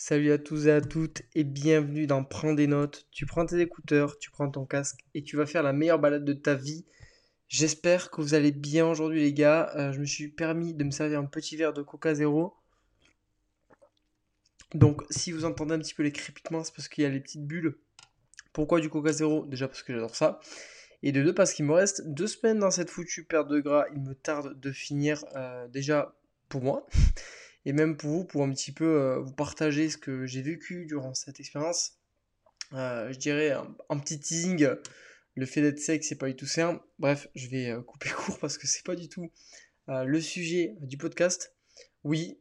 Salut à tous et à toutes et bienvenue dans Prends des notes. Tu prends tes écouteurs, tu prends ton casque et tu vas faire la meilleure balade de ta vie. J'espère que vous allez bien aujourd'hui les gars. Je me suis permis de me servir un petit verre de Coca Zéro. Donc si vous entendez un petit peu les crépitements, c'est parce qu'il y a les petites bulles. Pourquoi du Coca Zéro? Déjà parce que j'adore ça. Et de deux parce qu'il me reste 2 semaines dans cette foutue perte de gras. Il me tarde de finir déjà pour moi. Et même pour vous, pour un petit peu vous partager ce que j'ai vécu durant cette expérience. Je dirais un petit teasing, le fait d'être sec, c'est pas du tout ça. Bref, je vais couper court parce que c'est pas du tout le sujet du podcast. Oui,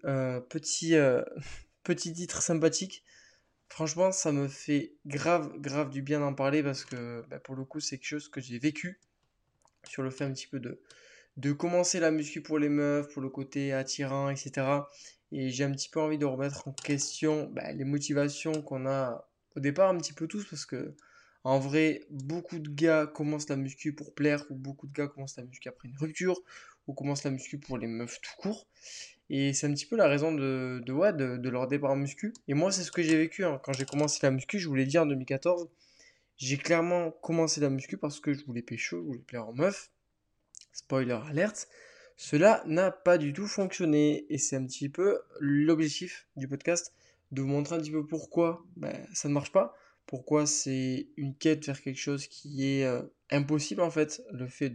petit titre sympathique. Franchement, ça me fait grave, grave du bien d'en parler parce que pour le coup, c'est quelque chose que j'ai vécu sur le fait un petit peu de commencer la muscu pour les meufs, pour le côté attirant, etc. Et j'ai un petit peu envie de remettre en question les motivations qu'on a au départ un petit peu tous, parce que en vrai, beaucoup de gars commencent la muscu pour plaire, ou beaucoup de gars commencent la muscu après une rupture, ou commencent la muscu pour les meufs tout court. Et c'est un petit peu la raison de leur départ en muscu. Et moi, c'est ce que j'ai vécu hein. Quand j'ai commencé la muscu, je vous l'ai dit en 2014, j'ai clairement commencé la muscu parce que je voulais pécho, je voulais plaire aux meufs. Spoiler alerte, cela n'a pas du tout fonctionné et c'est un petit peu l'objectif du podcast de vous montrer un petit peu pourquoi ça ne marche pas, pourquoi c'est une quête vers quelque chose qui est impossible en fait, le fait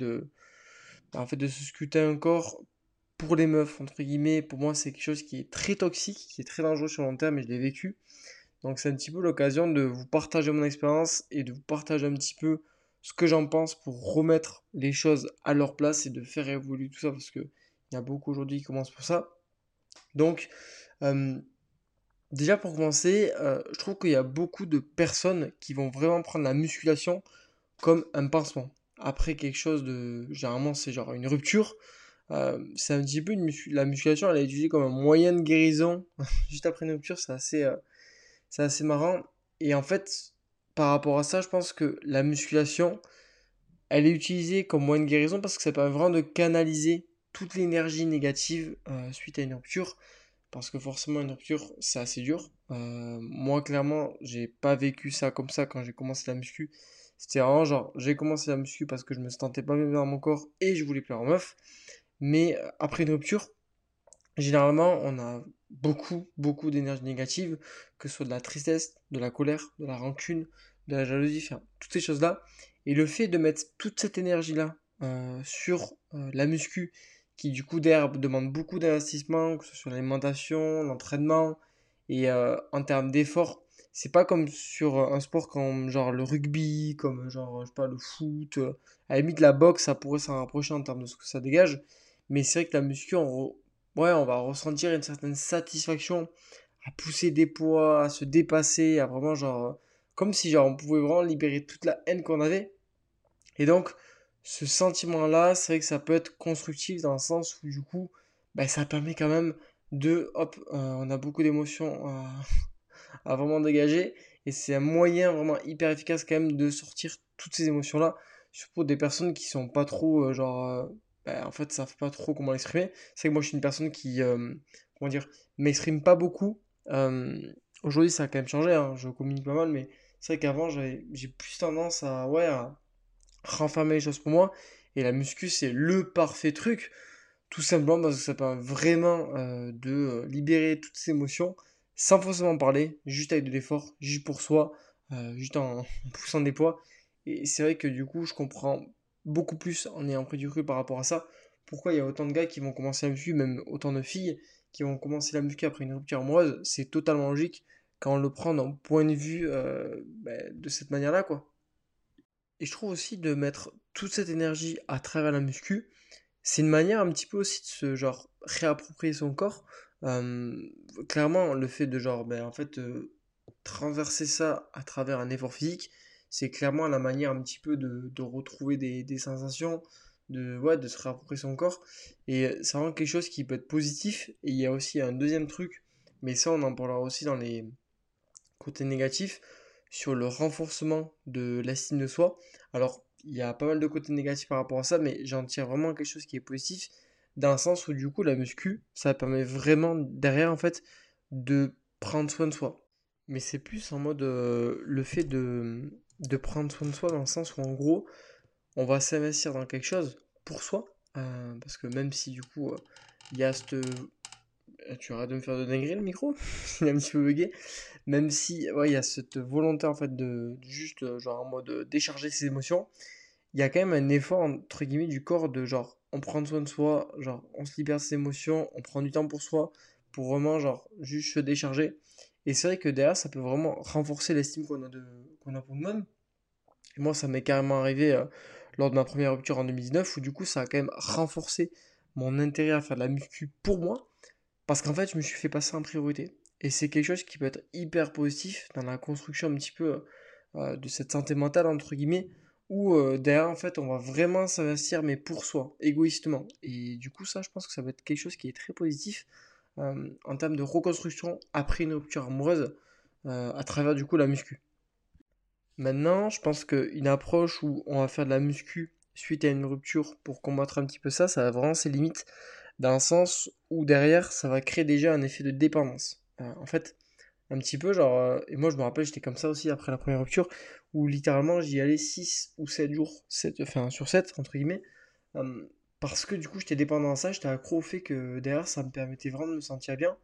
de se sculpter un corps pour les meufs entre guillemets, pour moi c'est quelque chose qui est très toxique, qui est très dangereux sur le long terme et je l'ai vécu. Donc c'est un petit peu l'occasion de vous partager mon expérience et de vous partager un petit peu ce que j'en pense pour remettre les choses à leur place et de faire évoluer tout ça parce que il y a beaucoup aujourd'hui qui commencent pour ça. Donc euh, déjà pour commencer, je trouve qu'il y a beaucoup de personnes qui vont vraiment prendre la musculation comme un pansement. Après quelque chose de... Généralement c'est genre une rupture. C'est un petit peu la musculation elle est utilisée comme un moyen de guérison juste après une rupture, c'est assez marrant. Et en fait, par rapport à ça, je pense que la musculation, elle est utilisée comme moyen de guérison parce que ça permet vraiment de canaliser toute l'énergie négative suite à une rupture. Parce que forcément, une rupture, c'est assez dur. Moi, clairement, j'ai pas vécu ça comme ça quand j'ai commencé la muscu. C'était vraiment genre, j'ai commencé la muscu parce que je me sentais pas bien dans mon corps et je voulais plaire aux meufs. Mais après une rupture, généralement, on a beaucoup, beaucoup d'énergie négative, que ce soit de la tristesse, de la colère, de la rancune, de la jalousie, enfin, toutes ces choses-là. Et le fait de mettre toute cette énergie-là sur la muscu, qui du coup d'air demande beaucoup d'investissement, que ce soit sur l'alimentation, l'entraînement, et en termes d'effort, c'est pas comme sur un sport comme genre le rugby, comme genre, je sais pas, le foot, à la limite la boxe, ça pourrait s'en rapprocher en termes de ce que ça dégage. Mais c'est vrai que la muscu, ouais, on va ressentir une certaine satisfaction à pousser des poids, à se dépasser, à vraiment genre, comme si genre on pouvait vraiment libérer toute la haine qu'on avait. Et donc, ce sentiment-là, c'est vrai que ça peut être constructif dans le sens où du coup, ça permet quand même hop, on a beaucoup d'émotions à vraiment dégager et c'est un moyen vraiment hyper efficace quand même de sortir toutes ces émotions-là, surtout pour des personnes qui sont pas trop, en fait, savent pas trop comment l'exprimer. C'est vrai que moi, je suis une personne qui, comment dire, m'exprime pas beaucoup. Euh, Aujourd'hui, ça a quand même changé, hein, je communique pas mal, mais c'est vrai qu'avant, j'ai plus tendance à renfermer les choses pour moi. Et la muscu, c'est le parfait truc, tout simplement parce que ça permet vraiment de libérer toutes ces émotions sans forcément parler, juste avec de l'effort, juste pour soi, juste en poussant des poids. Et c'est vrai que du coup, je comprends beaucoup plus en ayant pris du recul par rapport à ça. Pourquoi il y a autant de gars qui vont commencer la muscu, même autant de filles qui vont commencer la muscu après une rupture amoureuse. C'est totalement logique quand on le prend d'un point de vue de cette manière-là, quoi. Et je trouve aussi de mettre toute cette énergie à travers la muscu, c'est une manière un petit peu aussi de se genre réapproprier son corps. Euh, Clairement, le fait de genre, en fait, traverser ça à travers un effort physique, c'est clairement la manière un petit peu de retrouver des sensations, ouais, de se réapproprier son corps. Et c'est vraiment quelque chose qui peut être positif. Et il y a aussi un deuxième truc, mais ça, on en parlera aussi dans les côtés négatifs, sur le renforcement de l'estime de soi. Alors, il y a pas mal de côtés négatifs par rapport à ça, mais j'en tire vraiment quelque chose qui est positif, dans le sens où du coup, la muscu, ça permet vraiment derrière, en fait, de prendre soin de soi. Mais c'est plus en mode le fait de prendre soin de soi dans le sens où en gros, on va s'investir dans quelque chose pour soi. Parce que même si du coup, il y a cette... Tu arrêtes de me faire de dinguerie le micro? Il est un petit peu bugué. Même si ouais, il y a cette volonté en fait de juste genre en mode décharger ses émotions, il y a quand même un effort entre guillemets du corps de genre on prend soin de soi, genre on se libère de ses émotions, on prend du temps pour soi, pour vraiment genre juste se décharger. Et c'est vrai que derrière ça peut vraiment renforcer l'estime qu'on a pour nous-mêmes. Et moi ça m'est carrément arrivé lors de ma première rupture en 2019 où du coup ça a quand même renforcé mon intérêt à faire de la muscu pour moi parce qu'en fait je me suis fait passer en priorité. Et c'est quelque chose qui peut être hyper positif dans la construction un petit peu de cette santé mentale, entre guillemets, où derrière, en fait, on va vraiment s'investir, mais pour soi, égoïstement. Et du coup, ça, je pense que ça va être quelque chose qui est très positif en termes de reconstruction après une rupture amoureuse, à travers du coup la muscu. Maintenant, je pense qu'une approche où on va faire de la muscu suite à une rupture pour combattre un petit peu ça, ça va vraiment ses limites, dans le sens où derrière, ça va créer déjà un effet de dépendance. En fait, un petit peu, genre, et moi je me rappelle, j'étais comme ça aussi après la première rupture, où littéralement j'y allais 6 ou 7 jours, enfin sur 7 entre guillemets, euh, parce que du coup j'étais dépendant à ça, j'étais accro au fait que derrière ça me permettait vraiment de me sentir bien.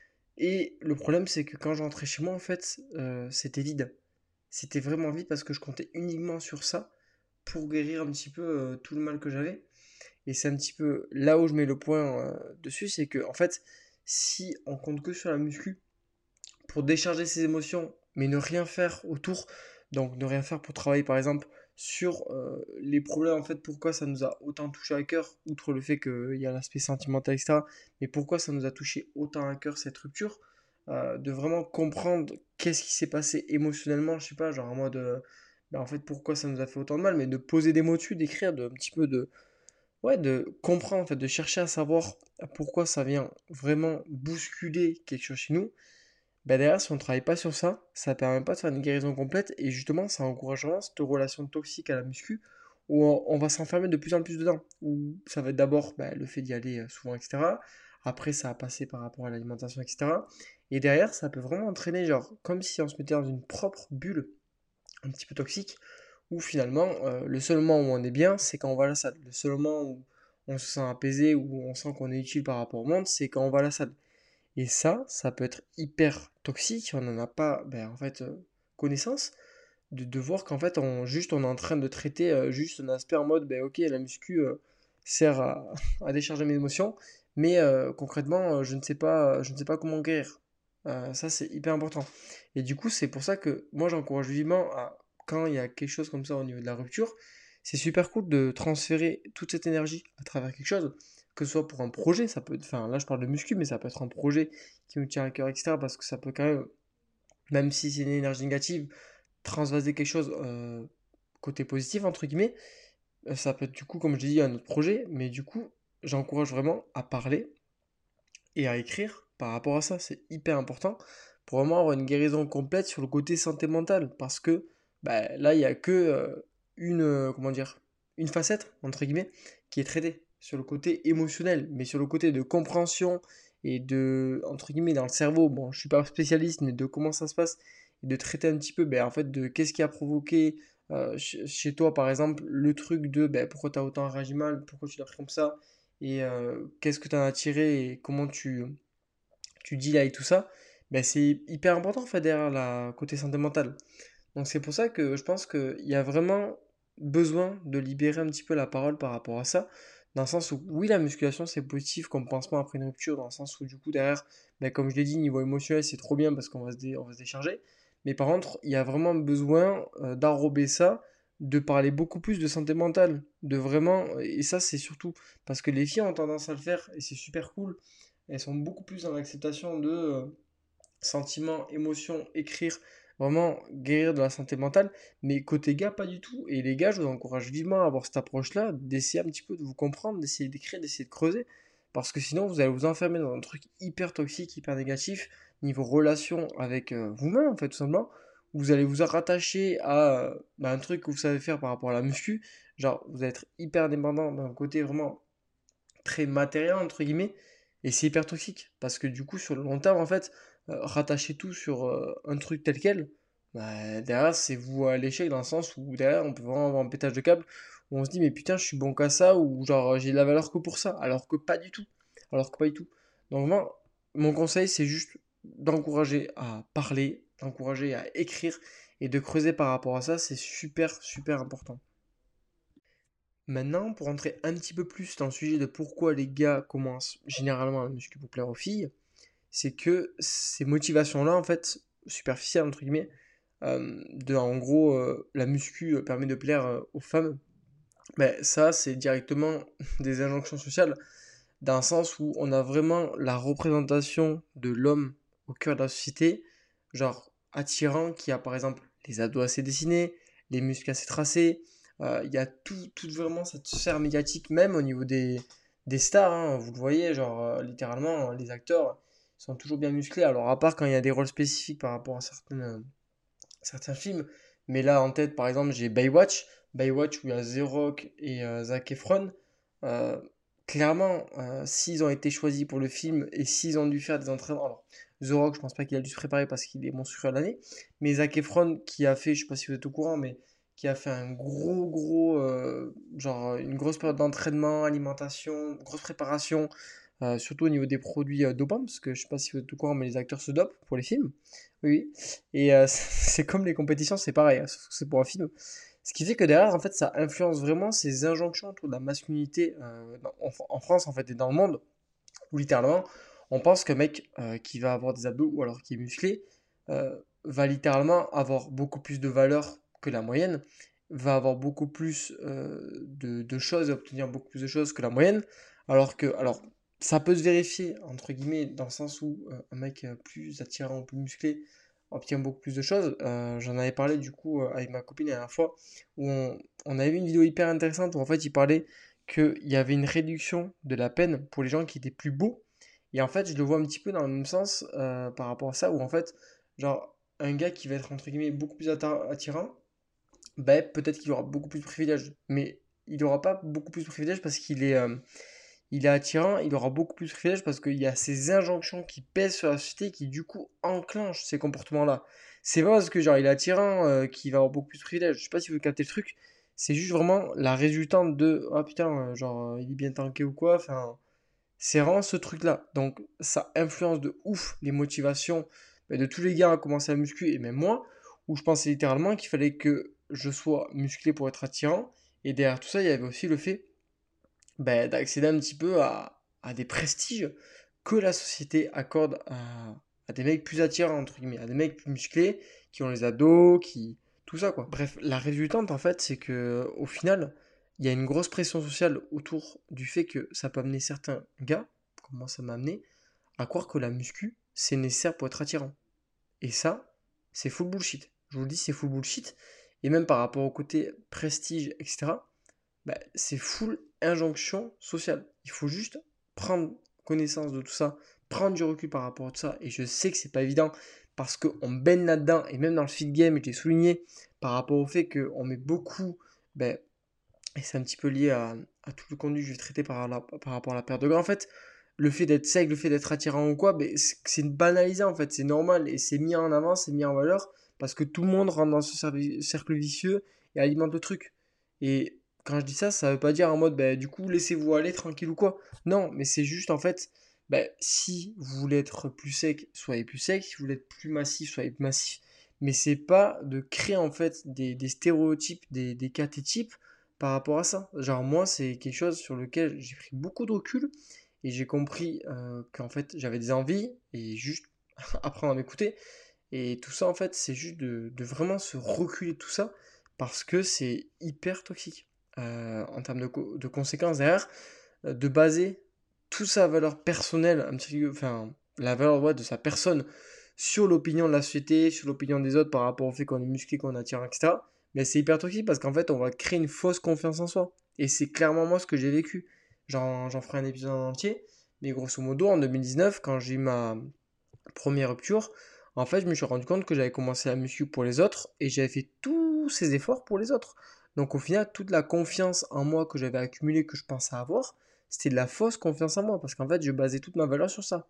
Et le problème c'est que quand je rentrais chez moi, en fait, c'était vide. C'était vraiment vide parce que je comptais uniquement sur ça pour guérir un petit peu tout le mal que j'avais. Et c'est un petit peu là où je mets le point dessus, c'est que en fait, si on compte que sur la muscu, pour décharger ses émotions, mais ne rien faire autour. Donc ne rien faire pour travailler par exemple sur les problèmes en fait, pourquoi ça nous a autant touché à cœur, outre le fait qu'il y a l'aspect sentimental, etc. Mais pourquoi ça nous a touché autant à cœur cette rupture, de vraiment comprendre qu'est-ce qui s'est passé émotionnellement, je sais pas, genre en mode, ben, en fait pourquoi ça nous a fait autant de mal, mais de poser des mots dessus, d'écrire, de un petit peu de, ouais, de comprendre, en fait, de chercher à savoir pourquoi ça vient vraiment bousculer quelque chose chez nous. Bah derrière, si on ne travaille pas sur ça, ça permet pas de faire une guérison complète et justement, ça encouragera cette relation toxique à la muscu où on va s'enfermer de plus en plus dedans. Où ça va être d'abord bah, le fait d'y aller souvent, etc. Après, ça va passer par rapport à l'alimentation, etc. Et derrière, ça peut vraiment entraîner, genre, comme si on se mettait dans une propre bulle un petit peu toxique où finalement, le seul moment où on est bien, c'est quand on va à la salle. Le seul moment où on se sent apaisé, où on sent qu'on est utile par rapport au monde, c'est quand on va à la salle. Et ça peut être hyper toxique, on n'en a pas ben, en fait, connaissance, de voir qu'en fait on est en train de traiter juste un aspect en mode ben, ok la muscu sert à décharger mes émotions, mais concrètement je ne sais pas comment guérir. Ça c'est hyper important. Et du coup c'est pour ça que moi j'encourage vivement à, quand il y a quelque chose comme ça au niveau de la rupture, c'est super cool de transférer toute cette énergie à travers quelque chose que ce soit pour un projet, ça peut être, enfin là je parle de muscu, mais ça peut être un projet qui nous tient à cœur, etc. Parce que ça peut quand même si c'est une énergie négative, transvaser quelque chose côté positif, entre guillemets. Ça peut être du coup, comme je dis, un autre projet, mais du coup, j'encourage vraiment à parler et à écrire par rapport à ça. C'est hyper important pour vraiment avoir une guérison complète sur le côté santé mentale. Parce que bah, là, il n'y a que comment dire, une facette, entre guillemets, qui est traitée sur le côté émotionnel, mais sur le côté de compréhension et de, entre guillemets, dans le cerveau, bon, je suis pas spécialiste, mais de comment ça se passe, et de traiter un petit peu, ben, en fait, de qu'est-ce qui a provoqué chez toi, par exemple, le truc de ben, pourquoi tu as autant réagi mal, pourquoi tu l'as pris comme ça, et qu'est-ce que tu en as tiré et comment tu deals avec tout ça, ben c'est hyper important en fait derrière la côté santé mentale. Donc c'est pour ça que je pense qu'il y a vraiment besoin de libérer un petit peu la parole par rapport à ça, dans le sens où oui la musculation c'est positif comme pansement après une rupture, dans le sens où du coup derrière, ben, comme je l'ai dit, niveau émotionnel c'est trop bien parce on va se décharger, mais par contre il y a vraiment besoin d'enrober ça, de parler beaucoup plus de santé mentale, de vraiment, et ça c'est surtout parce que les filles ont tendance à le faire et c'est super cool, elles sont beaucoup plus dans l'acceptation de sentiments, émotions, écrire, vraiment guérir de la santé mentale. Mais côté gars, pas du tout. Et les gars, je vous encourage vivement à avoir cette approche-là, d'essayer un petit peu de vous comprendre, d'essayer d'écrire, d'essayer de creuser. Parce que sinon, vous allez vous enfermer dans un truc hyper toxique, hyper négatif, niveau relation avec vous-même, en fait, tout simplement. Vous allez vous rattacher à bah, un truc que vous savez faire par rapport à la muscu. Genre, vous allez être hyper dépendant d'un côté vraiment très matériel, entre guillemets, et c'est hyper toxique. Parce que du coup, sur le long terme, en fait, rattacher tout sur un truc tel quel, bah, derrière, c'est vous à l'échec dans le sens où derrière, on peut vraiment avoir un pétage de câble où on se dit, mais putain, je suis bon qu'à ça, ou genre, j'ai de la valeur que pour ça, alors que pas du tout. Alors que pas du tout. Donc, moi, mon conseil, c'est juste d'encourager à parler, d'encourager à écrire et de creuser par rapport à ça, c'est super, super important. Maintenant, pour entrer un petit peu plus dans le sujet de pourquoi les gars commencent généralement la muscu pour plaire aux filles, c'est que ces motivations-là, en fait, superficielles, entre guillemets, en gros, la muscu permet de plaire aux femmes, ben, ça, c'est directement des injonctions sociales, dans le sens où on a vraiment la représentation de l'homme au cœur de la société, genre attirant, qui a par exemple les abdos assez dessinés, les muscles assez tracés, il y a tout vraiment cette sphère médiatique, même au niveau des stars, hein, vous le voyez, genre littéralement, les acteurs sont toujours bien musclés, alors à part quand il y a des rôles spécifiques par rapport à certains films, mais là en tête par exemple j'ai Baywatch où il y a The Rock et Zac Efron. Euh, Clairement, s'ils ont été choisis pour le film et s'ils ont dû faire des entraînements, alors The Rock je pense pas qu'il a dû se préparer parce qu'il est monstrueux à l'année, mais Zac Efron qui a fait, je sais pas si vous êtes au courant, mais qui a fait un gros, genre une grosse période d'entraînement, alimentation, grosse préparation, surtout au niveau des produits dopants, parce que je sais pas si vous êtes au courant, mais les acteurs se dopent pour les films. Oui, oui. Et c'est comme les compétitions, c'est pareil, hein, sauf que c'est pour un film. Ce qui fait que derrière, en fait, ça influence vraiment ces injonctions autour de la masculinité en France, en fait, et dans le monde, où littéralement, on pense qu'un mec qui va avoir des abdos ou alors qui est musclé va littéralement avoir beaucoup plus de valeur que la moyenne, va avoir beaucoup plus de choses, obtenir beaucoup plus de choses que la moyenne, alors, ça peut se vérifier, entre guillemets, dans le sens où un mec plus attirant, plus musclé, obtient beaucoup plus de choses. J'en avais parlé du coup avec ma copine la dernière fois, où on avait vu une vidéo hyper intéressante où en fait il parlait qu'il y avait une réduction de la peine pour les gens qui étaient plus beaux. Et en fait, je le vois un petit peu dans le même sens par rapport à ça, où en fait, genre, un gars qui va être entre guillemets beaucoup plus attirant, ben, peut-être qu'il aura beaucoup plus de privilèges. Mais il n'aura pas beaucoup plus de privilèges parce qu'il est attirant, il aura beaucoup plus de privilèges parce qu'il y a ces injonctions qui pèsent sur la société qui du coup enclenchent ces comportements-là. C'est pas parce que genre il est attirant qu'il va avoir beaucoup plus de privilèges. Je sais pas si vous captez le truc. C'est juste vraiment la résultante de ah putain genre il est bien tanké ou quoi. Enfin c'est vraiment ce truc-là. Donc ça influence de ouf les motivations de tous les gars à commencer à muscu et même moi où je pensais littéralement qu'il fallait que je sois musclé pour être attirant. Et derrière tout ça il y avait aussi le fait d'accéder un petit peu à des prestiges que la société accorde à des mecs plus attirants, entre guillemets, à des mecs plus musclés, qui ont les abdos, qui... Tout ça, quoi. Bref, la résultante, en fait, c'est que au final, il y a une grosse pression sociale autour du fait que ça peut amener certains gars, comme moi ça m'a amené, à croire que la muscu, c'est nécessaire pour être attirant. Et ça, c'est full bullshit. Je vous le dis, c'est full bullshit. Et même par rapport au côté prestige, etc., c'est full injonction sociale. Il faut juste prendre connaissance de tout ça, prendre du recul par rapport à tout ça. Et je sais que c'est pas évident parce qu'on baigne là-dedans. Et même dans le feed game, je l'ai souligné par rapport au fait qu'on met beaucoup, ben, et c'est un petit peu lié à tout le contenu que je vais traiter par rapport à la perte de gras. En fait, le fait d'être sec, le fait d'être attirant ou quoi, ben, c'est banalisé en fait, c'est normal et c'est mis en avant, c'est mis en valeur parce que tout le monde rentre dans ce cercle vicieux et alimente le truc. Et quand je dis ça, ça veut pas dire en mode ben, du coup laissez-vous aller tranquille ou quoi. Non, mais c'est juste en fait, ben, si vous voulez être plus sec, soyez plus sec, si vous voulez être plus massif, soyez plus massif. Mais c'est pas de créer en fait des stéréotypes, des catétypes par rapport à ça. Genre moi, c'est quelque chose sur lequel j'ai pris beaucoup de recul et j'ai compris qu'en fait j'avais des envies et juste apprendre à m'écouter. Et tout ça, en fait, c'est juste de vraiment se reculer de tout ça parce que c'est hyper toxique. En termes de conséquences derrière, de baser toute sa valeur personnelle, un petit peu, enfin, la valeur ouais, de sa personne sur l'opinion de la société, sur l'opinion des autres par rapport au fait qu'on est musclé, qu'on attire, etc. Mais c'est hyper toxique parce qu'en fait, on va créer une fausse confiance en soi. Et c'est clairement moi ce que j'ai vécu. J'en ferai un épisode en entier. Mais grosso modo, en 2019, quand j'ai eu ma première rupture, en fait, je me suis rendu compte que j'avais commencé la muscu pour les autres et j'avais fait tous ces efforts pour les autres. Donc au final, toute la confiance en moi que j'avais accumulée, que je pensais avoir, c'était de la fausse confiance en moi parce qu'en fait, je basais toute ma valeur sur ça.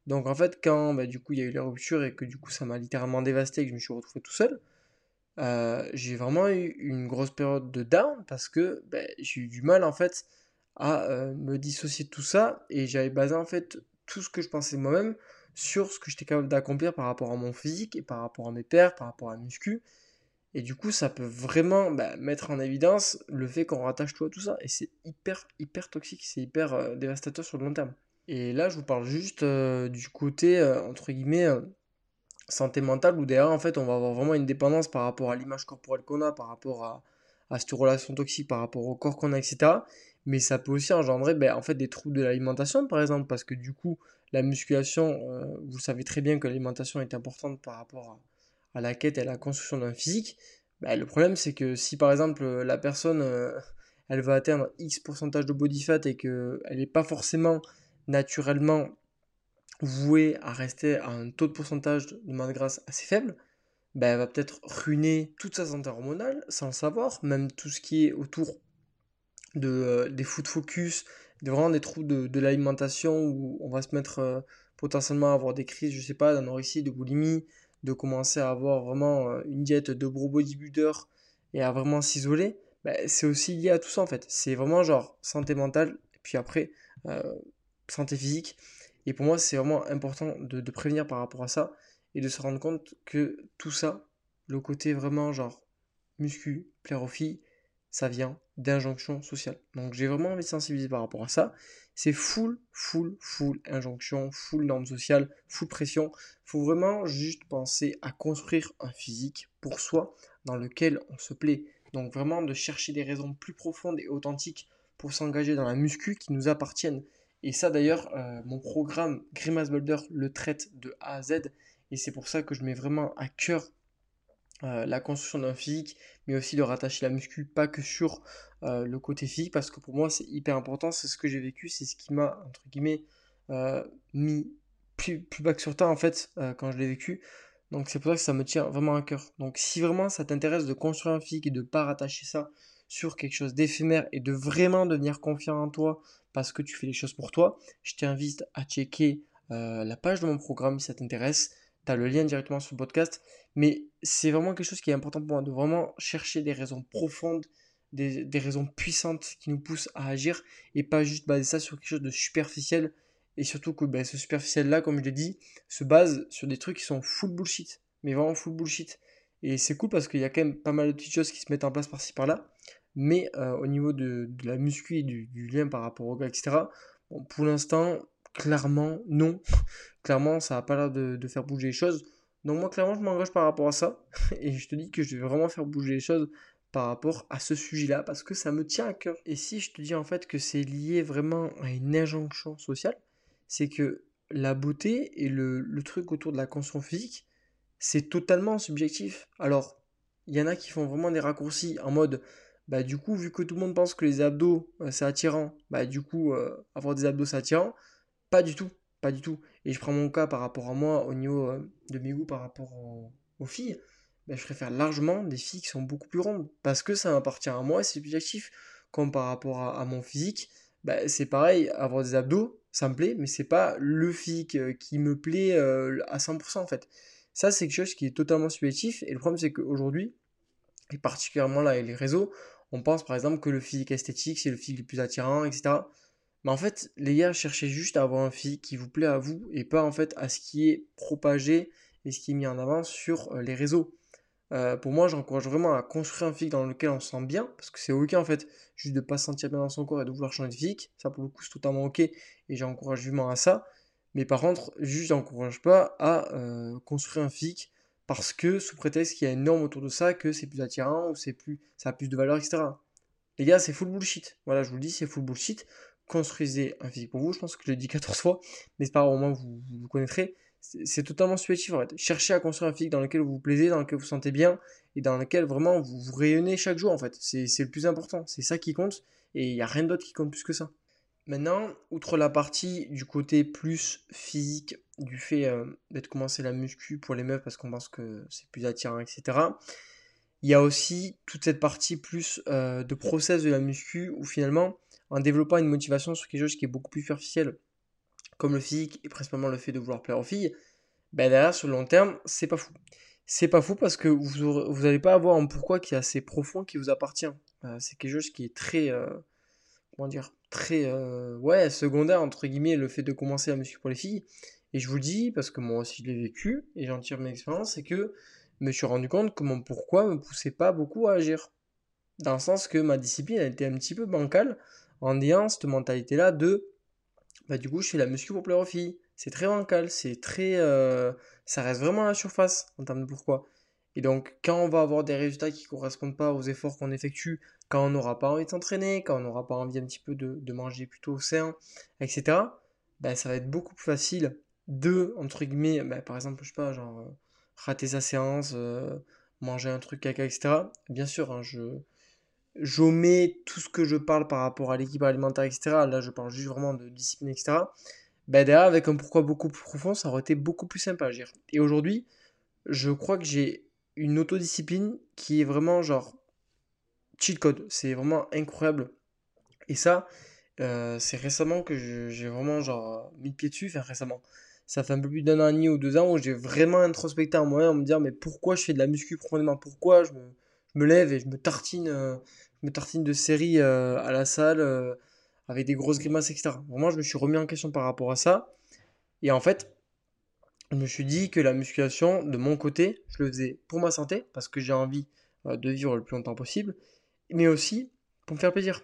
Donc en fait, quand du coup il y a eu la rupture et que du coup ça m'a littéralement dévasté et que je me suis retrouvé tout seul, j'ai vraiment eu une grosse période de down parce que j'ai eu du mal en fait à me dissocier de tout ça et j'avais basé en fait tout ce que je pensais moi-même sur ce que j'étais capable d'accomplir par rapport à mon physique et par rapport à mes pairs, par rapport à la muscu. Et du coup, ça peut vraiment mettre en évidence le fait qu'on rattache tout à tout ça. Et c'est hyper, hyper toxique, c'est hyper dévastateur sur le long terme. Et là, je vous parle juste du côté, entre guillemets, santé mentale, où derrière, en fait, on va avoir vraiment une dépendance par rapport à l'image corporelle qu'on a, par rapport à cette relation toxique, par rapport au corps qu'on a, etc. Mais ça peut aussi engendrer en fait, des troubles de l'alimentation, par exemple, parce que du coup, la musculation, vous savez très bien que l'alimentation est importante par rapport à la quête et à la construction d'un physique. Le problème, c'est que si par exemple la personne, elle va atteindre X pourcentage de body fat et qu'elle n'est pas forcément naturellement vouée à rester à un taux de pourcentage de masse grasse assez faible, elle va peut-être ruiner toute sa santé hormonale sans le savoir, même tout ce qui est autour des food focus, vraiment des troubles de l'alimentation où on va se mettre potentiellement à avoir des crises, je sais pas, d'anorexie, de boulimie, de commencer à avoir vraiment une diète de gros bodybuilder et à vraiment s'isoler. C'est aussi lié à tout ça en fait. C'est vraiment genre santé mentale et puis après euh, santé physique. Et pour moi, c'est vraiment important de prévenir par rapport à ça et de se rendre compte que tout ça, le côté vraiment genre muscu, plaire aux filles, ça vient d'injonction sociale. Donc j'ai vraiment envie de sensibiliser par rapport à ça. C'est full, full, full injonction, full norme sociale, full pression. Faut vraiment juste penser à construire un physique pour soi dans lequel on se plaît. Donc vraiment de chercher des raisons plus profondes et authentiques pour s'engager dans la muscu qui nous appartiennent. Et ça d'ailleurs, mon programme Grimace Builder le traite de A à Z. Et c'est pour ça que je mets vraiment à cœur la construction d'un physique, mais aussi de rattacher la muscu, pas que sur le côté physique, parce que pour moi c'est hyper important, c'est ce que j'ai vécu, c'est ce qui m'a, entre guillemets, mis plus bas que sur terre en fait, quand je l'ai vécu. Donc c'est pour ça que ça me tient vraiment à cœur. Donc si vraiment ça t'intéresse de construire un physique et de pas rattacher ça sur quelque chose d'éphémère et de vraiment devenir confiant en toi parce que tu fais les choses pour toi, je t'invite à checker la page de mon programme si ça t'intéresse. Tu as le lien directement sur le podcast. Mais c'est vraiment quelque chose qui est important pour moi, de vraiment chercher des raisons profondes, des raisons puissantes qui nous poussent à agir et pas juste baser ça sur quelque chose de superficiel. Et surtout que ce superficiel-là, comme je l'ai dit, se base sur des trucs qui sont full bullshit. Mais vraiment full bullshit. Et c'est cool parce qu'il y a quand même pas mal de petites choses qui se mettent en place par-ci par-là. Mais au niveau de la muscu et du lien par rapport au gars, etc., bon, pour l'instant, clairement, non. Clairement, ça n'a pas l'air de faire bouger les choses. Donc moi, clairement, je m'engage par rapport à ça. Et je te dis que je vais vraiment faire bouger les choses par rapport à ce sujet-là, parce que ça me tient à cœur. Et si je te dis en fait que c'est lié vraiment à une injonction sociale, c'est que la beauté et le truc autour de la construction physique, c'est totalement subjectif. Alors, il y en a qui font vraiment des raccourcis en mode, du coup, vu que tout le monde pense que les abdos, c'est attirant, du coup, avoir des abdos, c'est attirant. Pas du tout, pas du tout. Et je prends mon cas par rapport à moi, au niveau de mes goûts par rapport aux filles, je préfère largement des filles qui sont beaucoup plus rondes. Parce que ça m'appartient à moi, c'est subjectif. Comme par rapport à mon physique, c'est pareil, avoir des abdos, ça me plaît, mais c'est pas le physique qui me plaît à 100% en fait. Ça, c'est quelque chose qui est totalement subjectif. Et le problème, c'est qu'aujourd'hui, et particulièrement là avec les réseaux, on pense par exemple que le physique esthétique, c'est le physique le plus attirant, etc. Mais en fait, les gars, cherchez juste à avoir un physique qui vous plaît à vous et pas en fait à ce qui est propagé et ce qui est mis en avant sur les réseaux. Pour moi, j'encourage vraiment à construire un physique dans lequel on se sent bien, parce que c'est ok en fait, juste de pas se sentir bien dans son corps et de vouloir changer de physique. Ça, pour le coup, c'est totalement ok et j'encourage vivement à ça. Mais par contre, juste, j'encourage pas à construire un physique parce que sous prétexte qu'il y a une norme autour de ça, que c'est plus attirant ou ça a plus de valeur, etc. Les gars, c'est full bullshit. Voilà, je vous le dis, c'est full bullshit. Construisez un physique pour vous. Je pense que je l'ai dit 14 fois, mais c'est pas grave, au moins vous connaîtrez. C'est totalement subjectif en fait. Cherchez à construire un physique dans lequel vous vous plaisez, dans lequel vous vous sentez bien et dans lequel vraiment vous rayonnez chaque jour en fait. C'est le plus important. C'est ça qui compte et il n'y a rien d'autre qui compte plus que ça. Maintenant, outre la partie du côté plus physique, du fait de commencer la muscu pour les meufs parce qu'on pense que c'est plus attirant, etc. Il y a aussi toute cette partie plus de process de la muscu où finalement, en développant une motivation sur quelque chose qui est beaucoup plus superficiel comme le physique et principalement le fait de vouloir plaire aux filles, ben derrière, sur le long terme, c'est pas fou. C'est pas fou parce que vous n'allez pas avoir un pourquoi qui est assez profond qui vous appartient. C'est quelque chose qui est très, comment dire, très, ouais, secondaire, entre guillemets, le fait de commencer la musique pour les filles. Et je vous le dis, parce que moi aussi je l'ai vécu, et j'en tire mon expérience, c'est que je me suis rendu compte que mon pourquoi me poussait pas beaucoup à agir. Dans le sens que ma discipline elle était un petit peu bancale en ayant cette mentalité-là de bah, du coup, je fais la muscu pour plaire aux filles. C'est très bancal, c'est très. Ça reste vraiment à la surface en termes de pourquoi. Et donc, quand on va avoir des résultats qui ne correspondent pas aux efforts qu'on effectue, quand on n'aura pas envie de s'entraîner, quand on n'aura pas envie un petit peu de manger plutôt sain, etc., ben, ça va être beaucoup plus facile de, entre guillemets, ben, par exemple, je sais pas, genre, rater sa séance, manger un truc caca, etc. Bien sûr, hein, j'omets tout ce que je parle par rapport à l'équilibre alimentaire, etc. Là, je parle juste vraiment de discipline, etc. Ben derrière, avec un pourquoi beaucoup plus profond, ça aurait été beaucoup plus simple à agir. Et aujourd'hui, je crois que j'ai une autodiscipline qui est vraiment genre cheat code. C'est vraiment incroyable. Et ça, c'est récemment que j'ai vraiment genre mis le pied dessus. Enfin, récemment. Ça fait un peu plus d'un an et demi ou 2 ans où j'ai vraiment introspecté en moi en me dire mais pourquoi je fais de la muscu profondément? Pourquoi je me lève et je me tartine de séries à la salle avec des grosses grimaces, etc. Vraiment, je me suis remis en question par rapport à ça. Et en fait, je me suis dit que la musculation, de mon côté, je le faisais pour ma santé, parce que j'ai envie de vivre le plus longtemps possible, mais aussi pour me faire plaisir.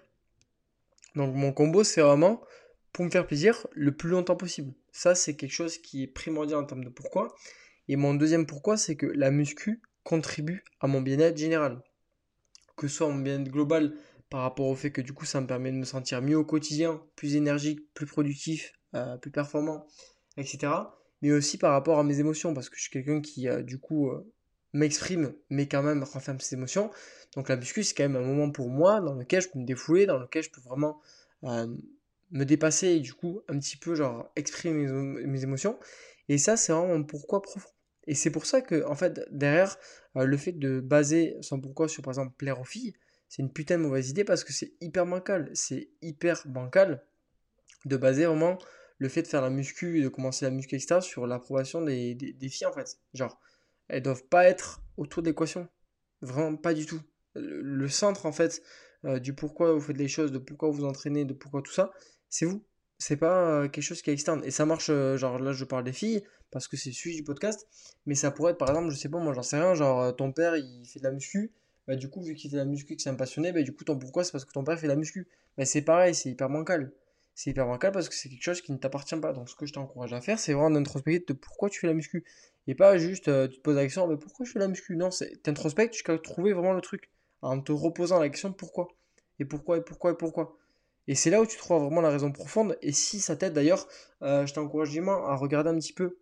Donc mon combo, c'est vraiment pour me faire plaisir le plus longtemps possible. Ça, c'est quelque chose qui est primordial en termes de pourquoi. Et mon deuxième pourquoi, c'est que la muscu contribue à mon bien-être général. Que ce soit mon bien-être global par rapport au fait que du coup, ça me permet de me sentir mieux au quotidien, plus énergique, plus productif, plus performant, etc. Mais aussi par rapport à mes émotions, parce que je suis quelqu'un qui, du coup, m'exprime, mais quand même renferme ses émotions. Donc la muscu, c'est quand même un moment pour moi dans lequel je peux me défouler, dans lequel je peux vraiment euh, me dépasser et du coup, un petit peu, genre, exprimer mes émotions. Et ça, c'est vraiment mon pourquoi profond. Et c'est pour ça que, en fait, derrière, le fait de baser son pourquoi sur, par exemple, plaire aux filles, c'est une putain de mauvaise idée parce que c'est hyper bancal. C'est hyper bancal de baser vraiment le fait de faire la muscu, de commencer la muscu, etc., sur l'approbation des filles, en fait. Genre, elles doivent pas être autour d'équation. Vraiment pas du tout. Le centre, en fait, du pourquoi vous faites les choses, de pourquoi vous entraînez, de pourquoi tout ça, c'est vous. C'est pas quelque chose qui est externe. Et ça marche, genre là, je parle des filles, parce que c'est le sujet du podcast, mais ça pourrait être, par exemple, je sais pas, moi, j'en sais rien, genre, ton père, il fait de la muscu, bah, du coup, vu qu'il fait de la muscu, que c'est un passionné, bah, du coup, ton pourquoi, c'est parce que ton père fait de la muscu. Bah, c'est pareil, c'est hyper bancal. C'est hyper bancal parce que c'est quelque chose qui ne t'appartient pas. Donc, ce que je t'encourage à faire, c'est vraiment d'introspecter de pourquoi tu fais la muscu. Et pas juste, tu te poses la question, mais pourquoi je fais la muscu? Non, c'est t'introspectes jusqu'à trouver vraiment le truc. En te reposant la question pourquoi? Et pourquoi, et pourquoi, et pourquoi? Et c'est là où tu trouves vraiment la raison profonde. Et si ça t'aide d'ailleurs, je t'encourage vivement à regarder un petit peu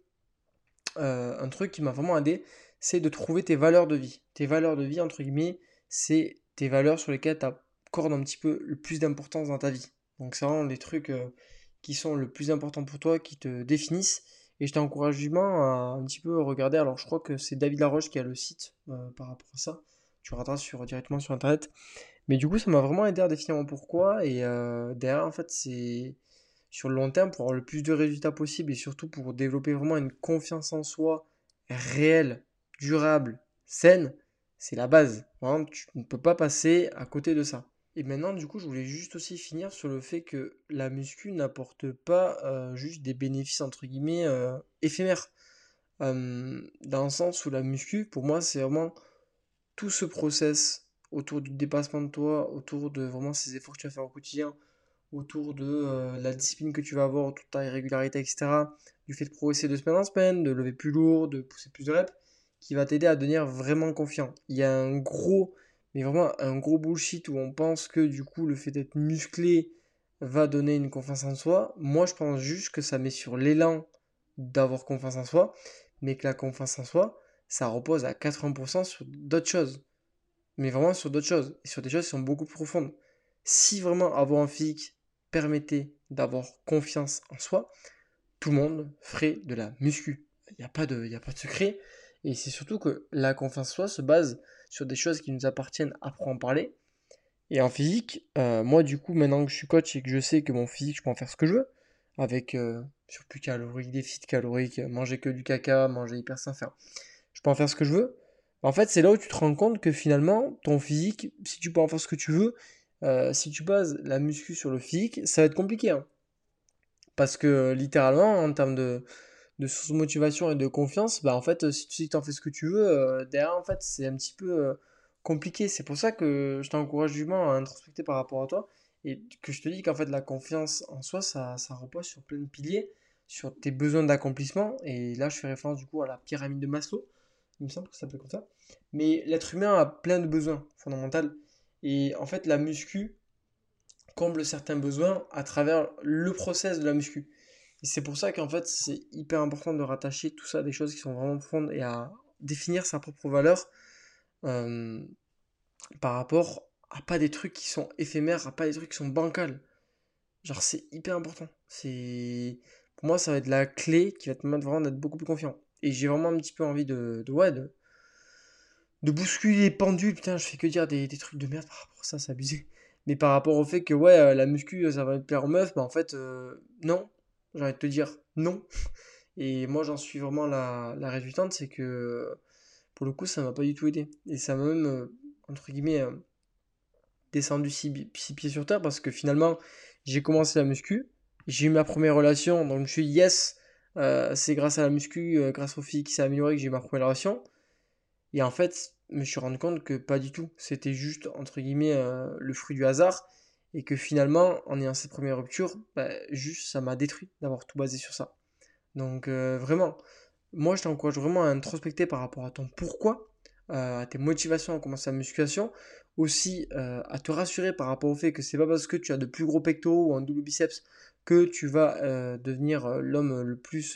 un truc qui m'a vraiment aidé, c'est de trouver tes valeurs de vie. Tes valeurs de vie, entre guillemets, c'est tes valeurs sur lesquelles tu accordes un petit peu le plus d'importance dans ta vie. Donc c'est vraiment les trucs qui sont le plus importants pour toi, qui te définissent. Et je t'encourage vivement à un petit peu regarder. Alors je crois que c'est David Laroche qui a le site par rapport à ça. Tu regarderas directement sur internet. Mais du coup, ça m'a vraiment aidé à définir mon pourquoi. Et derrière, en fait, c'est sur le long terme pour avoir le plus de résultats possible et surtout pour développer vraiment une confiance en soi réelle, durable, saine. C'est la base. Vraiment, tu ne peux pas passer à côté de ça. Et maintenant, du coup, je voulais juste aussi finir sur le fait que la muscu n'apporte pas juste des bénéfices entre guillemets éphémères. Dans le sens où la muscu, pour moi, c'est vraiment tout ce process autour du dépassement de toi, autour de vraiment ces efforts que tu vas faire au quotidien, autour de la discipline que tu vas avoir, autour de ta régularité, etc., du fait de progresser de semaine en semaine, de lever plus lourd, de pousser plus de reps, qui va t'aider à devenir vraiment confiant. Il y a un gros, mais vraiment un gros bullshit où on pense que du coup le fait d'être musclé va donner une confiance en soi. Moi je pense juste que ça met sur l'élan d'avoir confiance en soi, mais que la confiance en soi, ça repose à 80% sur d'autres choses. Mais vraiment sur d'autres choses, et sur des choses qui sont beaucoup plus profondes. Si vraiment avoir un physique permettait d'avoir confiance en soi, tout le monde ferait de la muscu. Il y a pas de secret. Et c'est surtout que la confiance en soi se base sur des choses qui nous appartiennent après en parler. Et en physique, moi du coup, maintenant que je suis coach et que je sais que mon physique, je peux en faire ce que je veux, avec surplus calorique, déficit calorique, manger que du caca, manger hyper sain, faire. Je peux en faire ce que je veux. En fait, c'est là où tu te rends compte que finalement, ton physique, si tu peux en faire ce que tu veux, si tu bases la muscu sur le physique, ça va être compliqué, hein. Parce que littéralement, en termes de source de motivation et de confiance, bah en fait, si tu sais que tu en fais ce que tu veux, derrière, en fait, c'est un petit peu compliqué. C'est pour ça que je t'encourage vivement à introspecter par rapport à toi et que je te dis qu'en fait, la confiance en soi, ça repose sur plein de piliers, sur tes besoins d'accomplissement. Et là, je fais référence du coup à la pyramide de Maslow, il me semble que ça s'appelle comme ça. Mais l'être humain a plein de besoins fondamentaux. Et en fait, la muscu comble certains besoins à travers le process de la muscu. Et c'est pour ça qu'en fait, c'est hyper important de rattacher tout ça à des choses qui sont vraiment profondes et à définir sa propre valeur euh, par rapport à pas des trucs qui sont éphémères, à pas des trucs qui sont bancals. Genre, c'est hyper important. Pour moi, ça va être la clé qui va te permettre vraiment d'être beaucoup plus confiant. Et j'ai vraiment un petit peu envie de bousculer les pendules. Putain, je fais que dire des trucs de merde par rapport à ça, c'est abusé. Mais par rapport au fait que, ouais, la muscu, ça va te plaire aux meufs, bah en fait, non. J'ai envie de te dire non. Et moi, j'en suis vraiment la résultante, c'est que pour le coup, ça m'a pas du tout aidé. Et ça m'a même, entre guillemets, descendu six pieds sur terre parce que finalement, j'ai commencé la muscu, j'ai eu ma première relation, donc je me suis dit, yes, c'est grâce à la muscu, grâce aux filles qui s'est amélioré que j'ai eu ma première relation. Et en fait, je me suis rendu compte que pas du tout. C'était juste, entre guillemets, le fruit du hasard. Et que finalement, en ayant cette première rupture, bah, juste, ça m'a détruit d'avoir tout basé sur ça. Donc vraiment, moi je t'encourage vraiment à introspecter par rapport à ton pourquoi, à tes motivations à commencer la musculation, aussi à te rassurer par rapport au fait que c'est pas parce que tu as de plus gros pectoraux ou un double biceps que tu vas devenir l'homme le plus,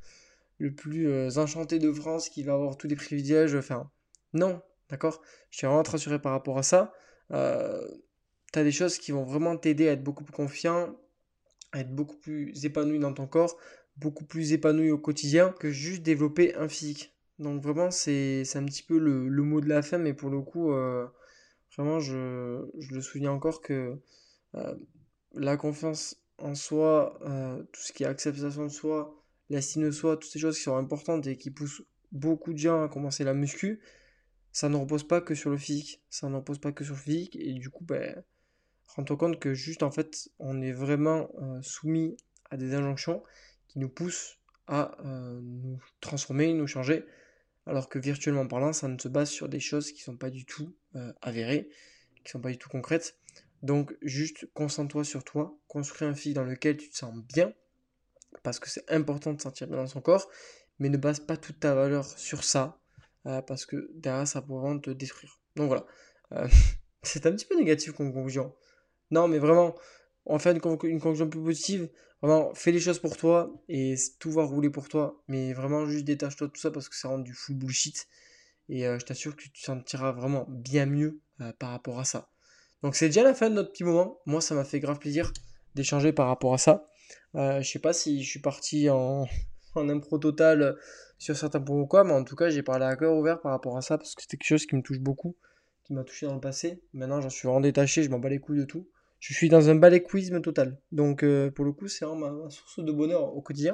le plus enchanté de France qui va avoir tous les privilèges. Enfin, non, d'accord? Je suis vraiment te rassurer par rapport à ça. Euh, tu as des choses qui vont vraiment t'aider à être beaucoup plus confiant, à être beaucoup plus épanoui dans ton corps, beaucoup plus épanoui au quotidien que juste développer un physique. Donc vraiment, c'est un petit peu le mot de la fin, mais pour le coup, vraiment, je le souviens encore que euh, la confiance en soi, tout ce qui est acceptation de soi, l'estime de soi, toutes ces choses qui sont importantes et qui poussent beaucoup de gens à commencer la muscu, ça ne repose pas que sur le physique. Ça ne repose pas que sur le physique, et du coup, ben, rends-toi compte que juste en fait, on est vraiment soumis à des injonctions qui nous poussent à nous transformer, nous changer, alors que virtuellement parlant, ça ne se base sur des choses qui sont pas du tout avérées, qui sont pas du tout concrètes. Donc juste concentre-toi sur toi, construis un physique dans lequel tu te sens bien, parce que c'est important de se sentir bien dans son corps, mais ne base pas toute ta valeur sur ça, parce que derrière ça pourrait vraiment te détruire. Donc voilà. Euh, c'est un petit peu négatif comme conclusion. Non, mais vraiment, on va faire une conclusion plus positive. Vraiment, fais les choses pour toi et tout va rouler pour toi. Mais vraiment, juste détache-toi de tout ça parce que ça rend du full bullshit. Et je t'assure que tu te sentiras vraiment bien mieux par rapport à ça. Donc c'est déjà la fin de notre petit moment. Moi, ça m'a fait grave plaisir d'échanger par rapport à ça. Je sais pas si je suis parti en impro total sur certains points ou quoi, mais en tout cas, j'ai parlé à cœur ouvert par rapport à ça parce que c'était quelque chose qui me touche beaucoup, qui m'a touché dans le passé. Maintenant, j'en suis vraiment détaché, je m'en bats les couilles de tout. Je suis dans un baléquisme total. Donc, pour le coup, c'est vraiment ma source de bonheur au quotidien.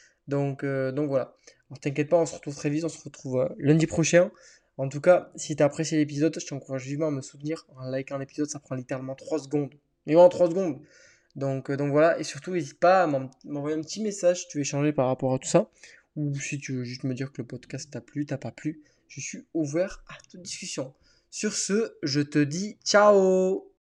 Donc voilà. Alors, t'inquiète pas, on se retrouve très vite, on se retrouve lundi prochain. En tout cas, si t'as apprécié l'épisode, je t'encourage vivement à me soutenir en likant l'épisode, ça prend littéralement 3 secondes. Mais vraiment 3 secondes. Donc voilà, et surtout, n'hésite pas à m'envoyer un petit message si tu veux échanger par rapport à tout ça, ou si tu veux juste me dire que le podcast t'a plu, t'a pas plu. Je suis ouvert à toute discussion. Sur ce, je te dis ciao!